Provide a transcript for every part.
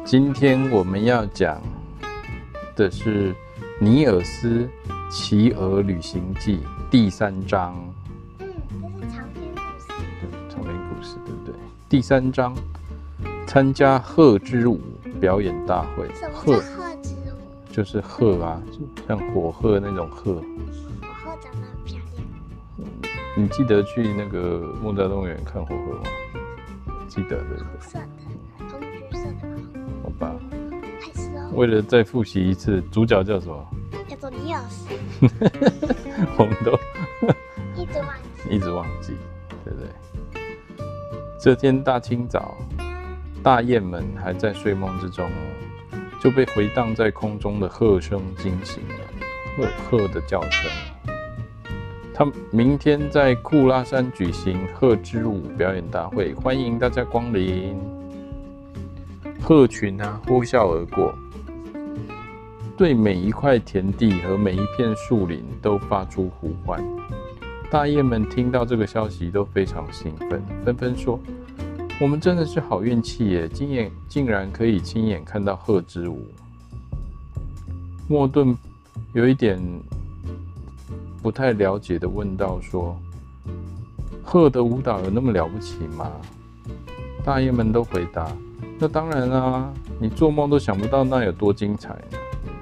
今天我们要讲的是《尼尔斯骑鹅旅行记》第3章。 这是长篇故事。 对，长篇故事，对不对？第3章，参加鹤之舞表演大会。 什么叫鹤之舞？ 就是鹤啊，像火鹤那种鹤。 火鹤长得很漂亮。 你记得去那个木栅动物园看火鹤吗？记得的。 红色的，红橘色的吗？ 好吧。 还是哦。 为了再复习一次，主角叫什么？ 叫做尼尔斯。 我们都一直忘记， 对不对？这天大清早，大雁们还在睡梦之中，就被回荡在空中的鹤声惊醒了。鹤的叫声。他们明天在库拉山举行鹤之舞表演大会，欢迎大家光临。鹤群呼啸而过，对每一块田地和每一片树林都发出呼唤。大雁们听到这个消息都非常兴奋，纷纷说：“我们真的是好运气耶，竟然可以亲眼看到鹤之舞。”莫顿有一点不太了解的问道说：“鹤的舞蹈有那么了不起吗？”大雁们都回答：“那当然啊，你做梦都想不到那有多精彩呢。”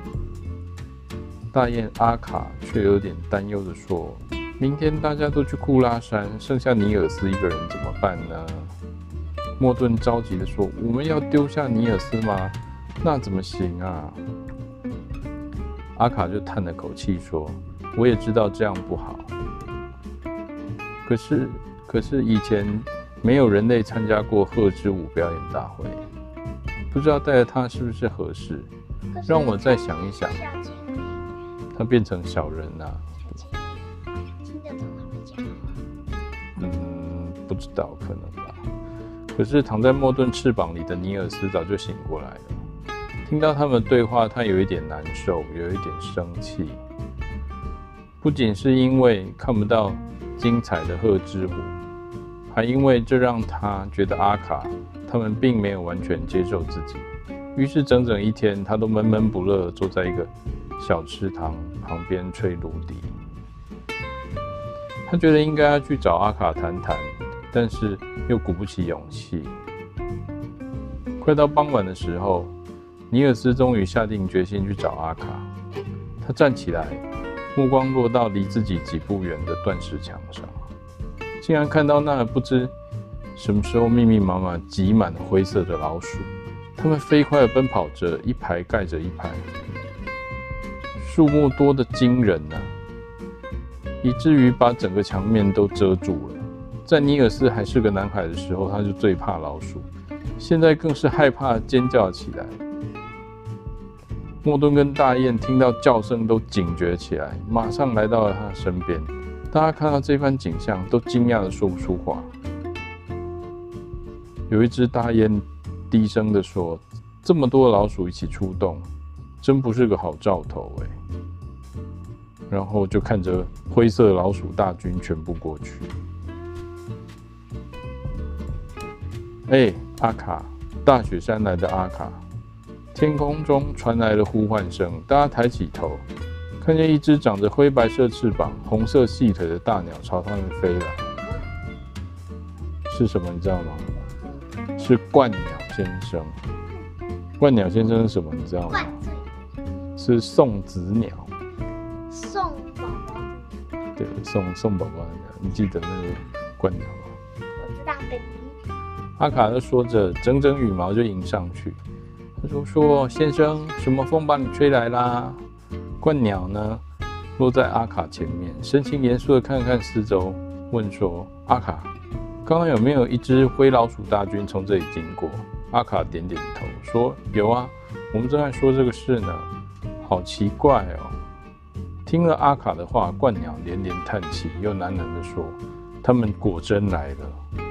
大雁阿卡却有点担忧地说：“明天大家都去库拉山，剩下尼尔斯一个人怎么办呢？”莫顿着急地说：“我们要丢下尼尔斯吗？那怎么行啊？”阿卡就叹了口气说：“我也知道这样不好，可是以前没有人类参加过鹤之舞表演大会，不知道带着他是不是合适？让我再想一想。”他变成小人啊。 听得懂他们讲话？ 不知道，可能吧。可是躺在莫顿翅膀里的尼尔斯早就醒过来了，听到他们对话，他有一点难受，有一点生气。不仅是因为看不到精彩的鹤之舞，还因为这让他觉得阿卡他们并没有完全接受自己。于是整整一天，他都闷闷不乐，坐在一个小池塘旁边吹芦笛。他觉得应该要去找阿卡谈谈，但是又鼓不起勇气。快到傍晚的时候，尼尔斯终于下定决心去找阿卡。他站起来，目光落到离自己几步远的断石墙上，竟然看到那不知什么时候密密麻麻挤满了灰色的老鼠，它们飞快地奔跑着，一排盖着一排，数目多得惊人啊，以至于把整个墙面都遮住了。在尼尔斯还是个男孩的时候，他就最怕老鼠，现在更是害怕尖叫起来。莫顿跟大雁听到叫声都警觉起来，马上来到了他身边。大家看到这番景象，都惊讶地说不出话。有一只大雁低声地说：“这么多老鼠一起出动，真不是个好兆头哎。”然后就看着灰色老鼠大军全部过去。阿卡，大雪山来的阿卡！天空中传来了呼唤声，大家抬起头，看见一只长着灰白色翅膀、红色细腿的大鸟朝他们飞来。是什么你知道吗？是鹳鸟先生。鹳鸟先生是什么你知道吗？是送子鸟。 送宝宝。 对，送宝宝的鸟。你记得那个鹳鸟吗？ 我知道，baby。 阿卡就说着，整整羽毛就迎上去。他说：“先生，什么风把你吹来啦？”鹳鸟呢，落在阿卡前面，神情严肃地看看四周，问说：“阿卡，刚刚有没有一只灰老鼠大军从这里经过？”阿卡点点头，说：“有啊，我们正在说这个事呢。好奇怪哦。”听了阿卡的话，鹳鸟连连叹气，又喃喃地说：“他们果真来了。”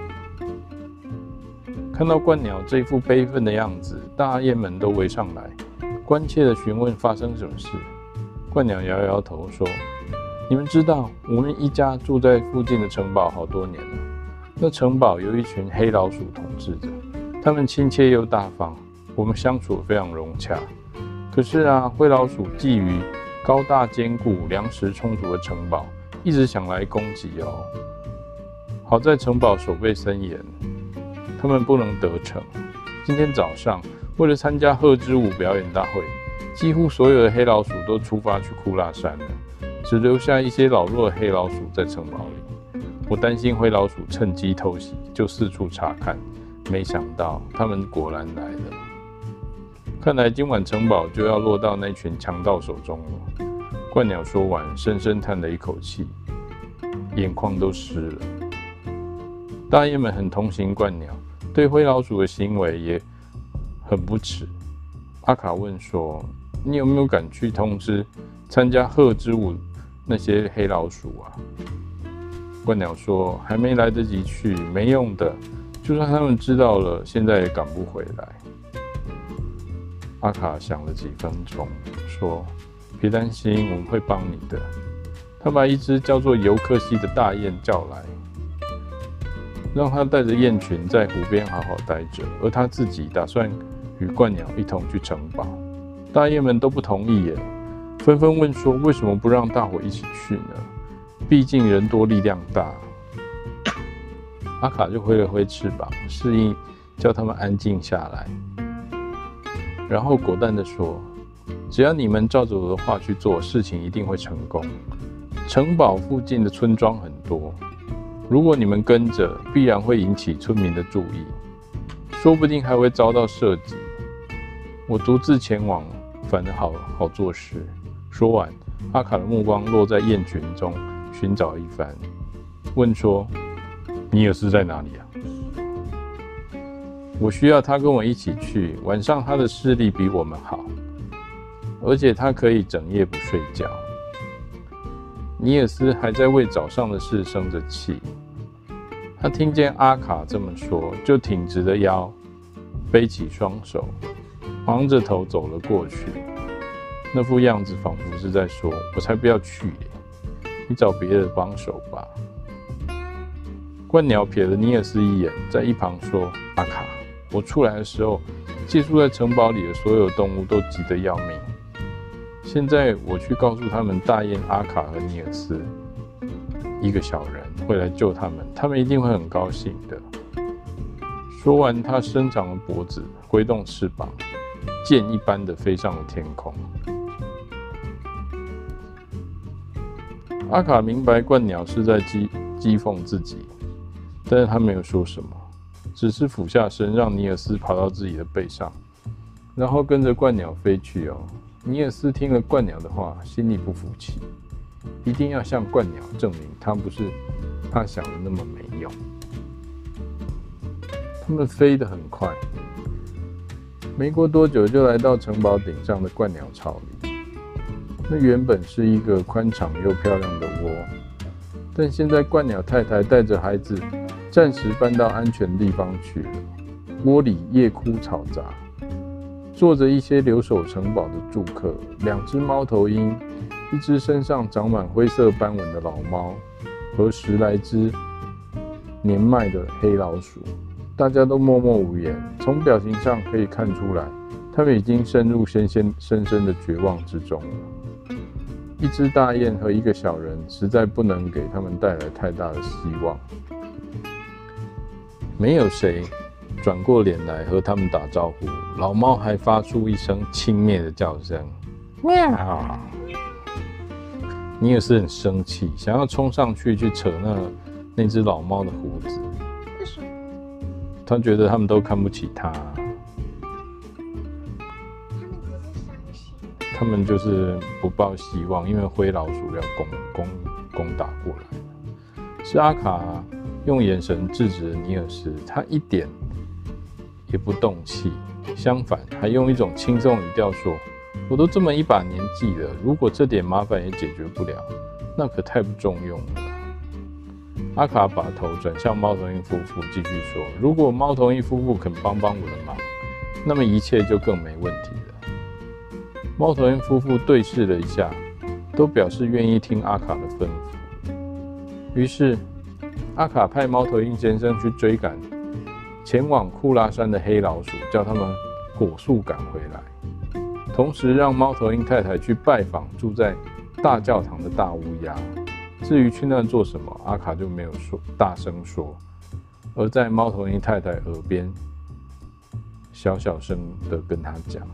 看到鹳鸟这副悲愤的样子，大雁们都围上来，关切地询问发生什么事。鹳鸟摇摇头说：“你们知道，我们一家住在附近的城堡好多年了。那城堡由一群黑老鼠统治着，他们亲切又大方， 我们相处得非常融洽。可是啊，灰老鼠觊觎高大坚固、粮食充足的城堡，一直想来攻击哦。好在城堡守备森严，他们不能得逞。今天早上，为了参加鹤之舞表演大会，几乎所有的黑老鼠都出发去库拉山了，只留下一些老弱的黑老鼠在城堡里。我担心灰老鼠趁机偷袭，就四处查看，没想到他们果然来了。看来今晚城堡就要落到那群强盗手中了。鹳鸟说完，深深叹了一口气，眼眶都湿了。大雁们很同情鹳鸟，对灰老鼠的行为也很不耻。阿卡问说：“你有没有敢去通知参加鹤之舞那些黑老鼠啊？”鹳鸟说：“还没来得及去，没用的。就算他们知道了，现在也赶不回来。”阿卡想了几分钟，说：“别担心，我们会帮你的。”他把一只叫做尤克西的大雁叫来，让他带着雁群在湖边好好待着，而他自己打算与鹳鸟一同去城堡。大雁们都不同意耶，纷纷问说：“为什么不让大伙一起去呢？毕竟人多力量大。”阿卡就挥了挥翅膀，示意叫他们安静下来，然后果断地说：“只要你们照着我的话去做，事情一定会成功。城堡附近的村庄很多，如果你们跟着，必然会引起村民的注意，说不定还会遭到射击。我独自前往，反而好做事。”说完，阿卡的目光落在雁群中寻找一番，问说：“尼尔斯在哪里啊？我需要他跟我一起去，晚上他的视力比我们好，而且他可以整夜不睡觉。”尼尔斯还在为早上的事生着气，他听见阿卡这么说，就挺直了腰，背起双手，昂着头走了过去。那副样子仿佛是在说：“我才不要去耶，你找别人帮手吧。”鹳鸟瞥了尼尔斯一眼，在一旁说：“阿卡，我出来的时候，寄宿在城堡里的所有动物都急得要命。现在我去告诉他们，大雁阿卡和尼尔斯一个小人会来救他们，他们一定会很高兴的。”说完，他伸长了脖子，挥动翅膀，箭一般的飞上了天空。阿卡明白鹳鸟是在讥讽自己，但是他没有说什么，只是俯下身，让尼尔斯爬到自己的背上，然后跟着鹳鸟飞去哦。尼尔斯听了鹳鸟的话，心里不服气，一定要向鹳鸟证明他不是他想的那么没用。他们飞得很快，没过多久就来到城堡顶上的鹳鸟巢里。那原本是一个宽敞又漂亮的窝，但现在鹳鸟太太带着孩子暂时搬到安全地方去了。窝里夜枯草杂，坐着一些留守城堡的住客，2只猫头鹰，一只身上长满灰色斑纹的老猫，和10来只年迈的黑老鼠。大家都默默无言，从表情上可以看出来，他们已经深入深深的绝望之中了。一只大雁和一个小人实在不能给他们带来太大的希望。没有谁转过脸来和他们打招呼，老猫还发出一声轻蔑的叫声，喵！尼尔斯很生气，想要冲上去扯那只老猫的胡子。 为什么？ 他觉得他们都看不起他。他们就是不抱希望，因为灰老鼠要攻打过来了。是阿卡用眼神制止了尼尔斯，他一点也不动气，相反还用一种轻松语调说：“我都这么一把年纪了，如果这点麻烦也解决不了，那可太不中用了。”阿卡把头转向猫头鹰夫妇，继续说：“如果猫头鹰夫妇肯帮我的忙，那么一切就更没问题了。”猫头鹰夫妇对视了一下，都表示愿意听阿卡的吩咐。于是，阿卡派猫头鹰先生去追赶前往库拉山的黑老鼠，叫他们火速赶回来，同时让猫头鹰太太去拜访住在大教堂的大乌鸦。至于去那做什么，阿卡就没有大声说，而在猫头鹰太太耳边小小声的跟他讲，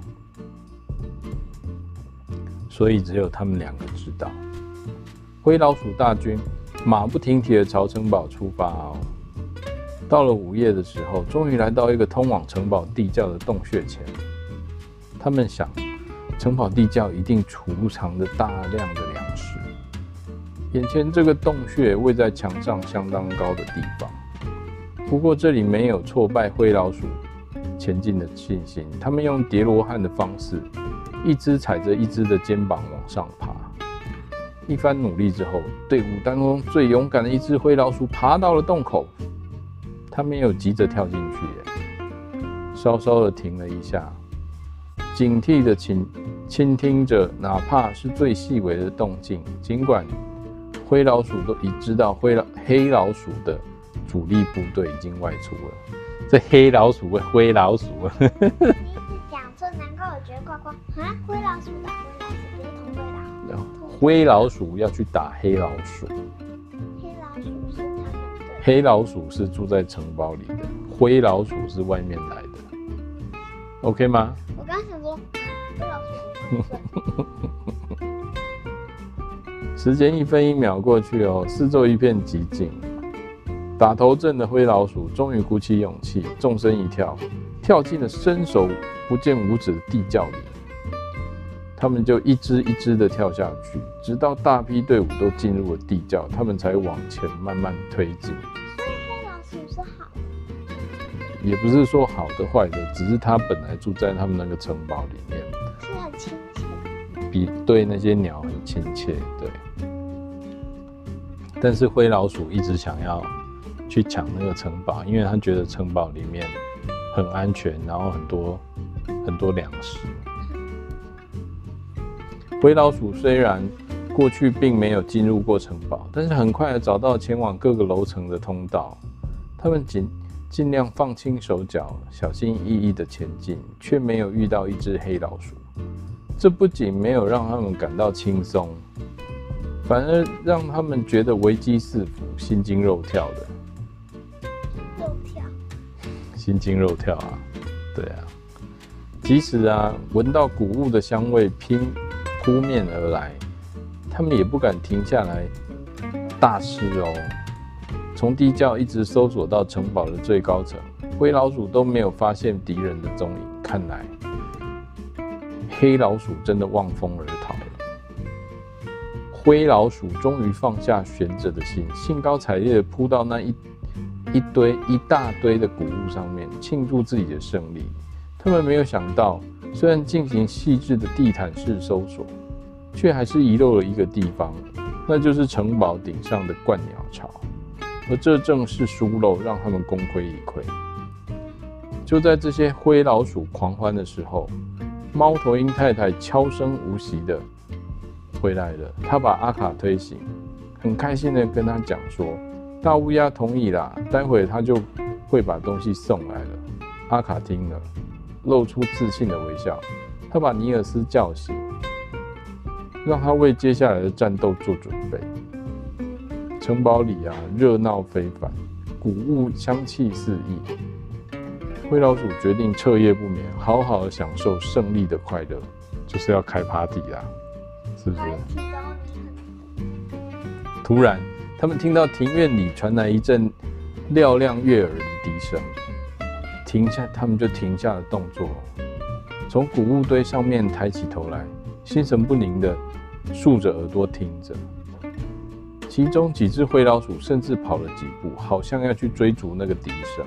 所以只有他们两个知道。灰老鼠大军马不停蹄的朝城堡出发哦。到了午夜的时候，终于来到一个通往城堡地窖的洞穴前。他们想，城堡地窖一定储藏着大量的粮食。眼前这个洞穴位在墙上相当高的地方，不过这里没有挫败灰老鼠前进的信心。他们用叠罗汉的方式，一只踩着一只的肩膀往上爬。一番努力之后，队伍当中最勇敢的一只灰老鼠爬到了洞口。他没有急着跳进去耶，稍稍的停了一下，警惕的倾听着哪怕是最细微的动静。尽管灰老鼠都已知道黑老鼠的主力部队已经外出了，这黑老鼠跟灰老鼠你一直讲错，难怪我觉得怪怪啊！灰老鼠打灰老鼠，不是同灰老鼠。 灰老鼠要去打黑老鼠。 黑老鼠是他们队。 黑老鼠是住在城堡里的，灰老鼠是外面来的。OK 吗？ 我刚想说，灰老鼠不会时间1分1秒过去哦，四周一片寂静。打头阵的灰老鼠终于鼓起勇气，纵身一跳，跳进了伸手不见五指的地窖里。他们就一只一只的跳下去，直到大批队伍都进入了地窖，他们才往前慢慢推进。 所以黑老鼠是好的， 也不是说好的坏的，只是他本来住在他们那个城堡里面， 是很亲切， 比对那些鸟很亲切，对。但是灰老鼠一直想要去抢那个城堡，因为他觉得城堡里面很安全，然后很多粮食。灰老鼠虽然过去并没有进入过城堡，但是很快的找到前往各个楼层的通道。他们尽量放轻手脚，小心翼翼的前进，却没有遇到一只黑老鼠。这不仅没有让他们感到轻松，反而让他们觉得危机四伏，心惊肉跳的。 肉跳， 心惊肉跳啊！对啊，即使啊闻到谷物的香味扑面而来，他们也不敢停下来大吃哦。从地窖一直搜索到城堡的最高层，灰老鼠都没有发现敌人的踪影。看来黑老鼠真的望风而逃了。灰老鼠终于放下悬着的心，兴高采烈地扑到那一大堆的谷物上面，庆祝自己的胜利。他们没有想到，虽然进行细致的地毯式搜索，却还是遗漏了一个地方，那就是城堡顶上的鹳鸟巢。而这正是疏漏，让他们功亏一篑。就在这些灰老鼠狂欢的时候，猫头鹰太太悄声无息的回来了。她把阿卡推醒，很开心的跟他讲说：“大乌鸦同意啦，待会他就会把东西送来了。”阿卡听了，露出自信的微笑。他把尼尔斯叫醒，让他为接下来的战斗做准备。城堡里啊，热闹非凡，谷物香气四溢。灰老鼠决定彻夜不眠，好好的享受胜利的快乐，就是要开 party 啦，是不是？突然，他们听到庭院里传来一阵嘹亮悦耳的笛声，他们就停下了动作，从谷物堆上面抬起头来，心神不宁的竖着耳朵听着。其中几只灰老鼠甚至跑了几步，好像要去追逐那个笛声，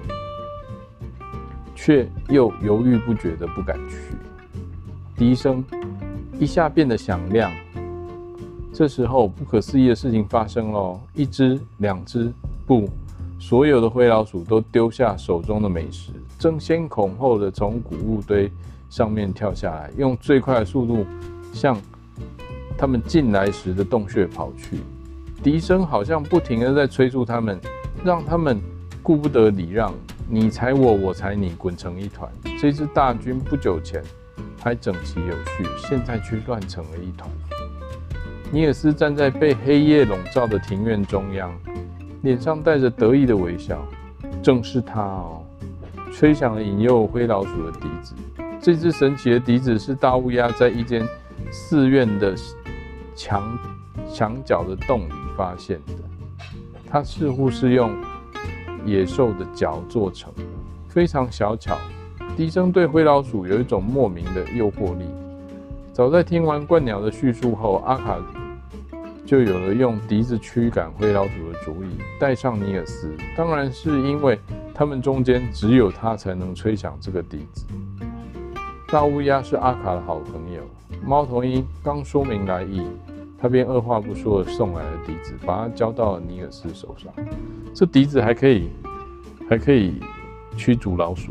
却又犹豫不决的不敢去。笛声一下变得响亮，这时候不可思议的事情发生了，一只、两只，不，所有的灰老鼠都丢下手中的美食，争先恐后的从谷物堆上面跳下来，用最快的速度向他们进来时的洞穴跑去。笛声好像不停地在催促他们，让他们顾不得礼让， 你踩我，我踩你，滚成一团。这支大军不久前还整齐有序，现在却乱成了一团。尼尔斯站在被黑夜笼罩的庭院中央，脸上带着得意的微笑。正是他哦，吹响了引诱灰老鼠的笛子。这只神奇的笛子是大乌鸦在一间寺院的墙角的洞里发现的。它似乎是用野兽的脚做成的，非常小巧。笛声对灰老鼠有一种莫名的诱惑力。早在听完鹳鸟的叙述后，阿卡就有了用笛子驱赶灰老鼠的主意，带上尼尔斯。当然是因为他们中间只有他才能吹响这个笛子。大乌鸦是阿卡的好朋友，猫头鹰刚说明来意，他便二话不说地送来了笛子，把它交到了尼尔斯手上。这笛子还可以驱逐老鼠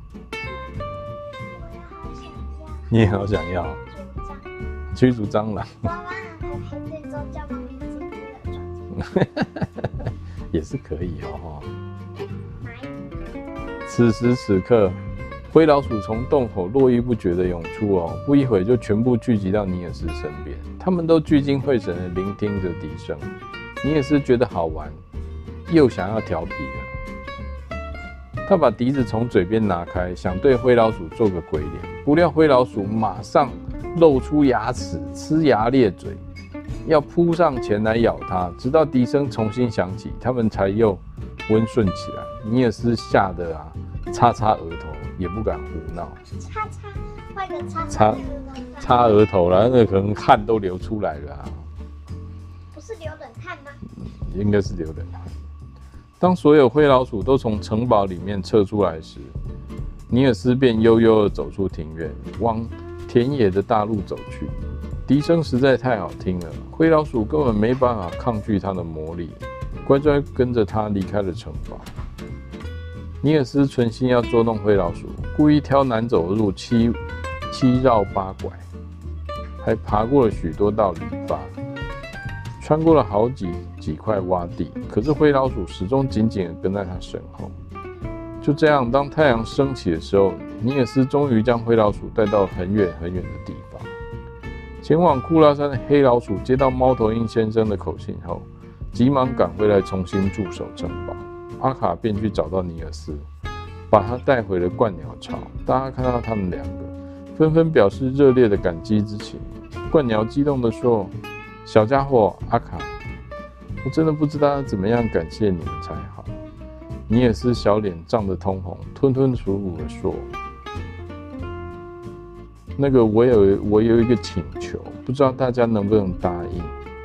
你也好想要驱逐蟑螂。 妈妈还排队之后叫猫咪进去了床也是可以哦。此时此刻，灰老鼠从洞口络绎不绝地涌出哦，不一会就全部聚集到尼尔斯身边。他们都聚精会神地聆听着笛声。尼尔斯觉得好玩，又想要调皮了。他把笛子从嘴边拿开，想对灰老鼠做个鬼脸，不料灰老鼠马上露出牙齿，呲牙咧嘴，要扑上前来咬他。直到笛声重新响起，他们才又温顺起来。尼尔斯吓得擦擦额头，也不敢胡闹。 画个擦擦额头了，那可能汗都流出来了不是流冷汗吗？ 应该是流冷汗。当所有灰老鼠都从城堡里面撤出来时，尼尔斯便悠悠地走出庭院，往田野的大路走去。笛声实在太好听了，灰老鼠根本没办法抗拒它的魔力，乖乖跟着他离开了城堡。尼尔斯存心要捉弄灰老鼠，故意挑难走的路，七绕八拐，还爬过了许多道篱笆，穿过了好几块洼地。可是灰老鼠始终紧紧地跟在他身后。就这样，当太阳升起的时候，尼尔斯终于将灰老鼠带到很远很远的地方。前往库拉山的黑老鼠接到猫头鹰先生的口信后，急忙赶回来重新驻守城堡。阿卡便去找到尼尔斯，把他带回了鹳鸟巢。大家看到他们两个，纷纷表示热烈的感激之情。鹳鸟激动地说：“小家伙，阿卡，我真的不知道要怎么样感谢你们才好。”尼尔斯小脸涨得通红，吞吞吐吐地说：“那个，我有一个请求，不知道大家能不能答应？”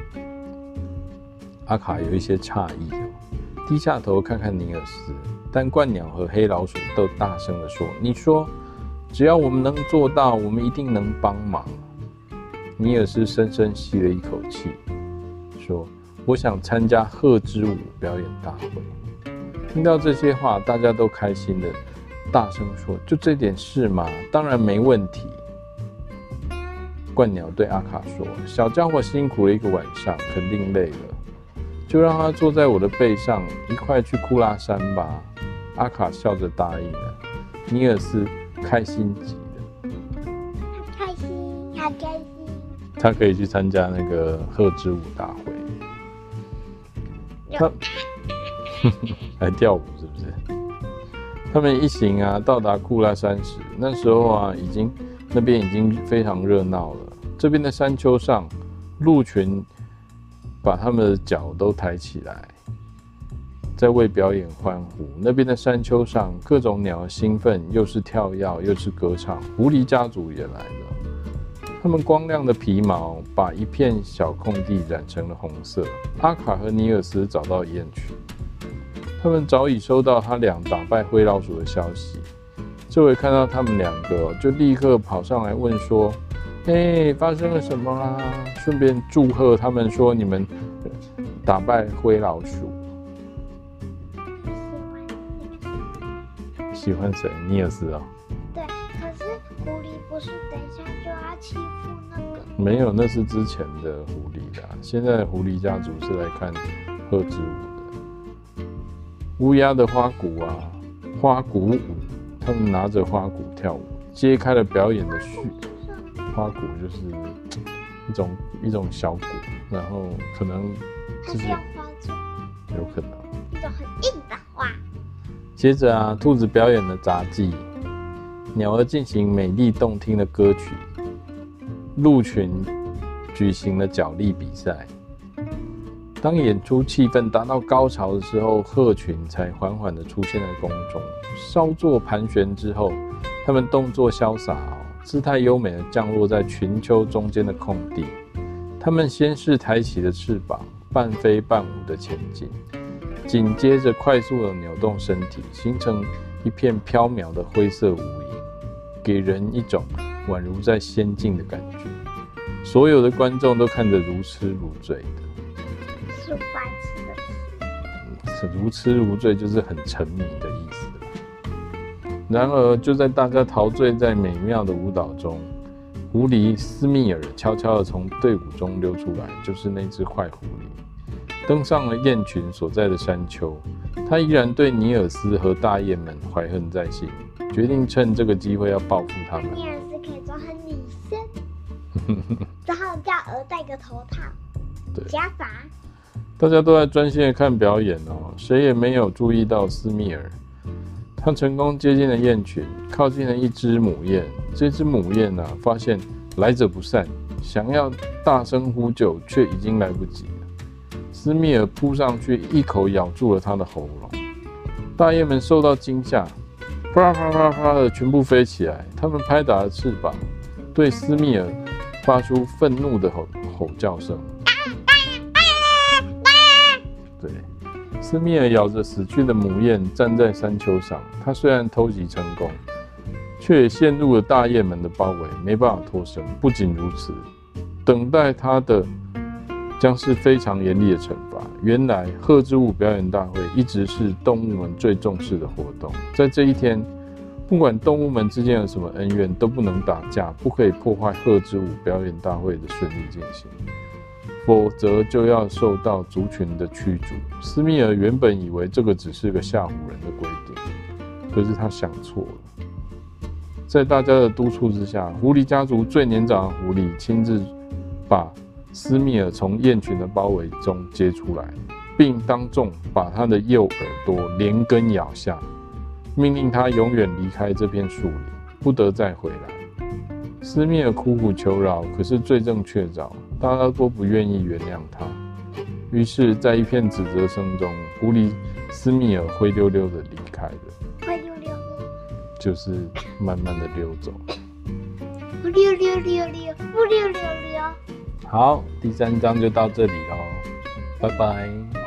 阿卡有一些诧异低下头看看尼尔斯，但鹳鸟和黑老鼠都大声地说：“你说，只要我们能做到，我们一定能帮忙。”尼尔斯深深吸了一口气，说：“我想参加鹤之舞表演大会。”听到这些话，大家都开心的大声说：“就这点事嘛，当然没问题。”鹳鸟对阿卡说：“小家伙辛苦了一个晚上，肯定累了，就让他坐在我的背上，一块去库拉山吧。”阿卡笑着答应了。尼尔斯开心极了， 好开心。 他可以去参加那个鹤之舞大会。他来跳舞是不是？他们一行到达库拉山时，那时候那边已经非常热闹了。这边的山丘上，鹿群把他们的脚都抬起来，在为表演欢呼。那边的山丘上，各种鸟兴奋，又是跳跃又是歌唱。狐狸家族也来了，他们光亮的皮毛把一片小空地染成了红色。阿卡和尼尔斯找到雁群，他们早已收到他俩打败灰老鼠的消息。这回看到他们两个，就立刻跑上来问说：“发生了什么啦？”顺便祝贺他们说：“你们打败灰老鼠。”喜欢谁？尼尔斯对，可是狐狸不是等一下就要欺负那个？ 没有，那是之前的狐狸啦。现在的狐狸家族是来看鹤之舞的。乌鸦的花鼓花鼓舞，他们拿着花鼓跳舞，揭开了表演的序。花鼓就是一种小鼓，然后可能就是要花做， 有可能一种很硬的花。 接着啊，兔子表演了杂技，鸟儿进行美丽动听的歌曲，鹿群举行了角力比赛。当演出气氛达到高潮的时候，鹤群才缓缓地出现在宫中。稍作盘旋之后，它们动作潇洒姿态优美地降落在群丘中间的空地。它们先是抬起了翅膀，半飞半舞地前进，紧接着快速地扭动身体，形成一片飘渺的灰色无影，给人一种宛如在仙境的感觉。所有的观众都看得如痴如醉的。 是白痴的词，如痴如醉就是很沉迷的意思。然而，就在大家陶醉在美妙的舞蹈中，狐狸斯密尔悄悄地从队伍中溜出来，就是那只坏狐狸，登上了雁群所在的山丘。他依然对尼尔斯和大雁们怀恨在心，决定趁这个机会要报复他们。 尼尔斯可以装很女生，然后叫鹅戴个头套、假发。 大家都在专心地看表演谁也没有注意到斯密尔。他成功接近了雁群，靠近了一只母雁。这只母雁发现来者不善，想要大声呼救，却已经来不及了。斯密尔扑上去，一口咬住了他的喉咙。大雁们受到惊吓，啪啪啪啪的全部飞起来，它们拍打了翅膀，对斯密尔发出愤怒的吼叫声。对。斯密尔咬着死去的母雁站在山丘上，他虽然偷袭成功，却也陷入了大雁们的包围，没办法脱身。不仅如此，等待他的将是非常严厉的惩罚。原来鹤之舞表演大会一直是动物们最重视的活动，在这一天，不管动物们之间有什么恩怨，都不能打架，不可以破坏鹤之舞表演大会的顺利进行，否则就要受到族群的驱逐。斯密尔原本以为这个只是个吓唬人的规定，可是他想错了。在大家的督促之下，狐狸家族最年长的狐狸亲自把斯密尔从雁群的包围中接出来，并当众把他的右耳朵连根咬下，命令他永远离开这片树林，不得再回来。斯密尔苦苦求饶，可是罪证确凿，大家都不愿意原谅他。于是，在一片指责声中，狐狸斯密尔灰溜溜地离开了。 灰溜溜， 就是慢慢的溜走。 溜溜溜溜，溜溜溜溜。 好，第3章就到这里咯，拜拜。